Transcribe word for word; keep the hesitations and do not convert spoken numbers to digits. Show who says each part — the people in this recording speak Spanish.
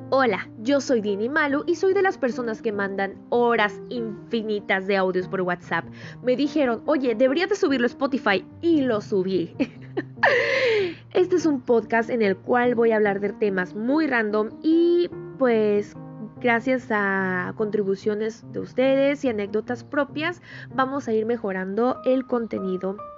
Speaker 1: Hola, yo soy Dini Malu y soy de las personas que mandan horas infinitas de audios por WhatsApp. Me dijeron, oye, deberías de subirlo a Spotify y lo subí. Este es un podcast en el cual voy a hablar de temas muy random y pues gracias a contribuciones de ustedes y anécdotas propias vamos a ir mejorando el contenido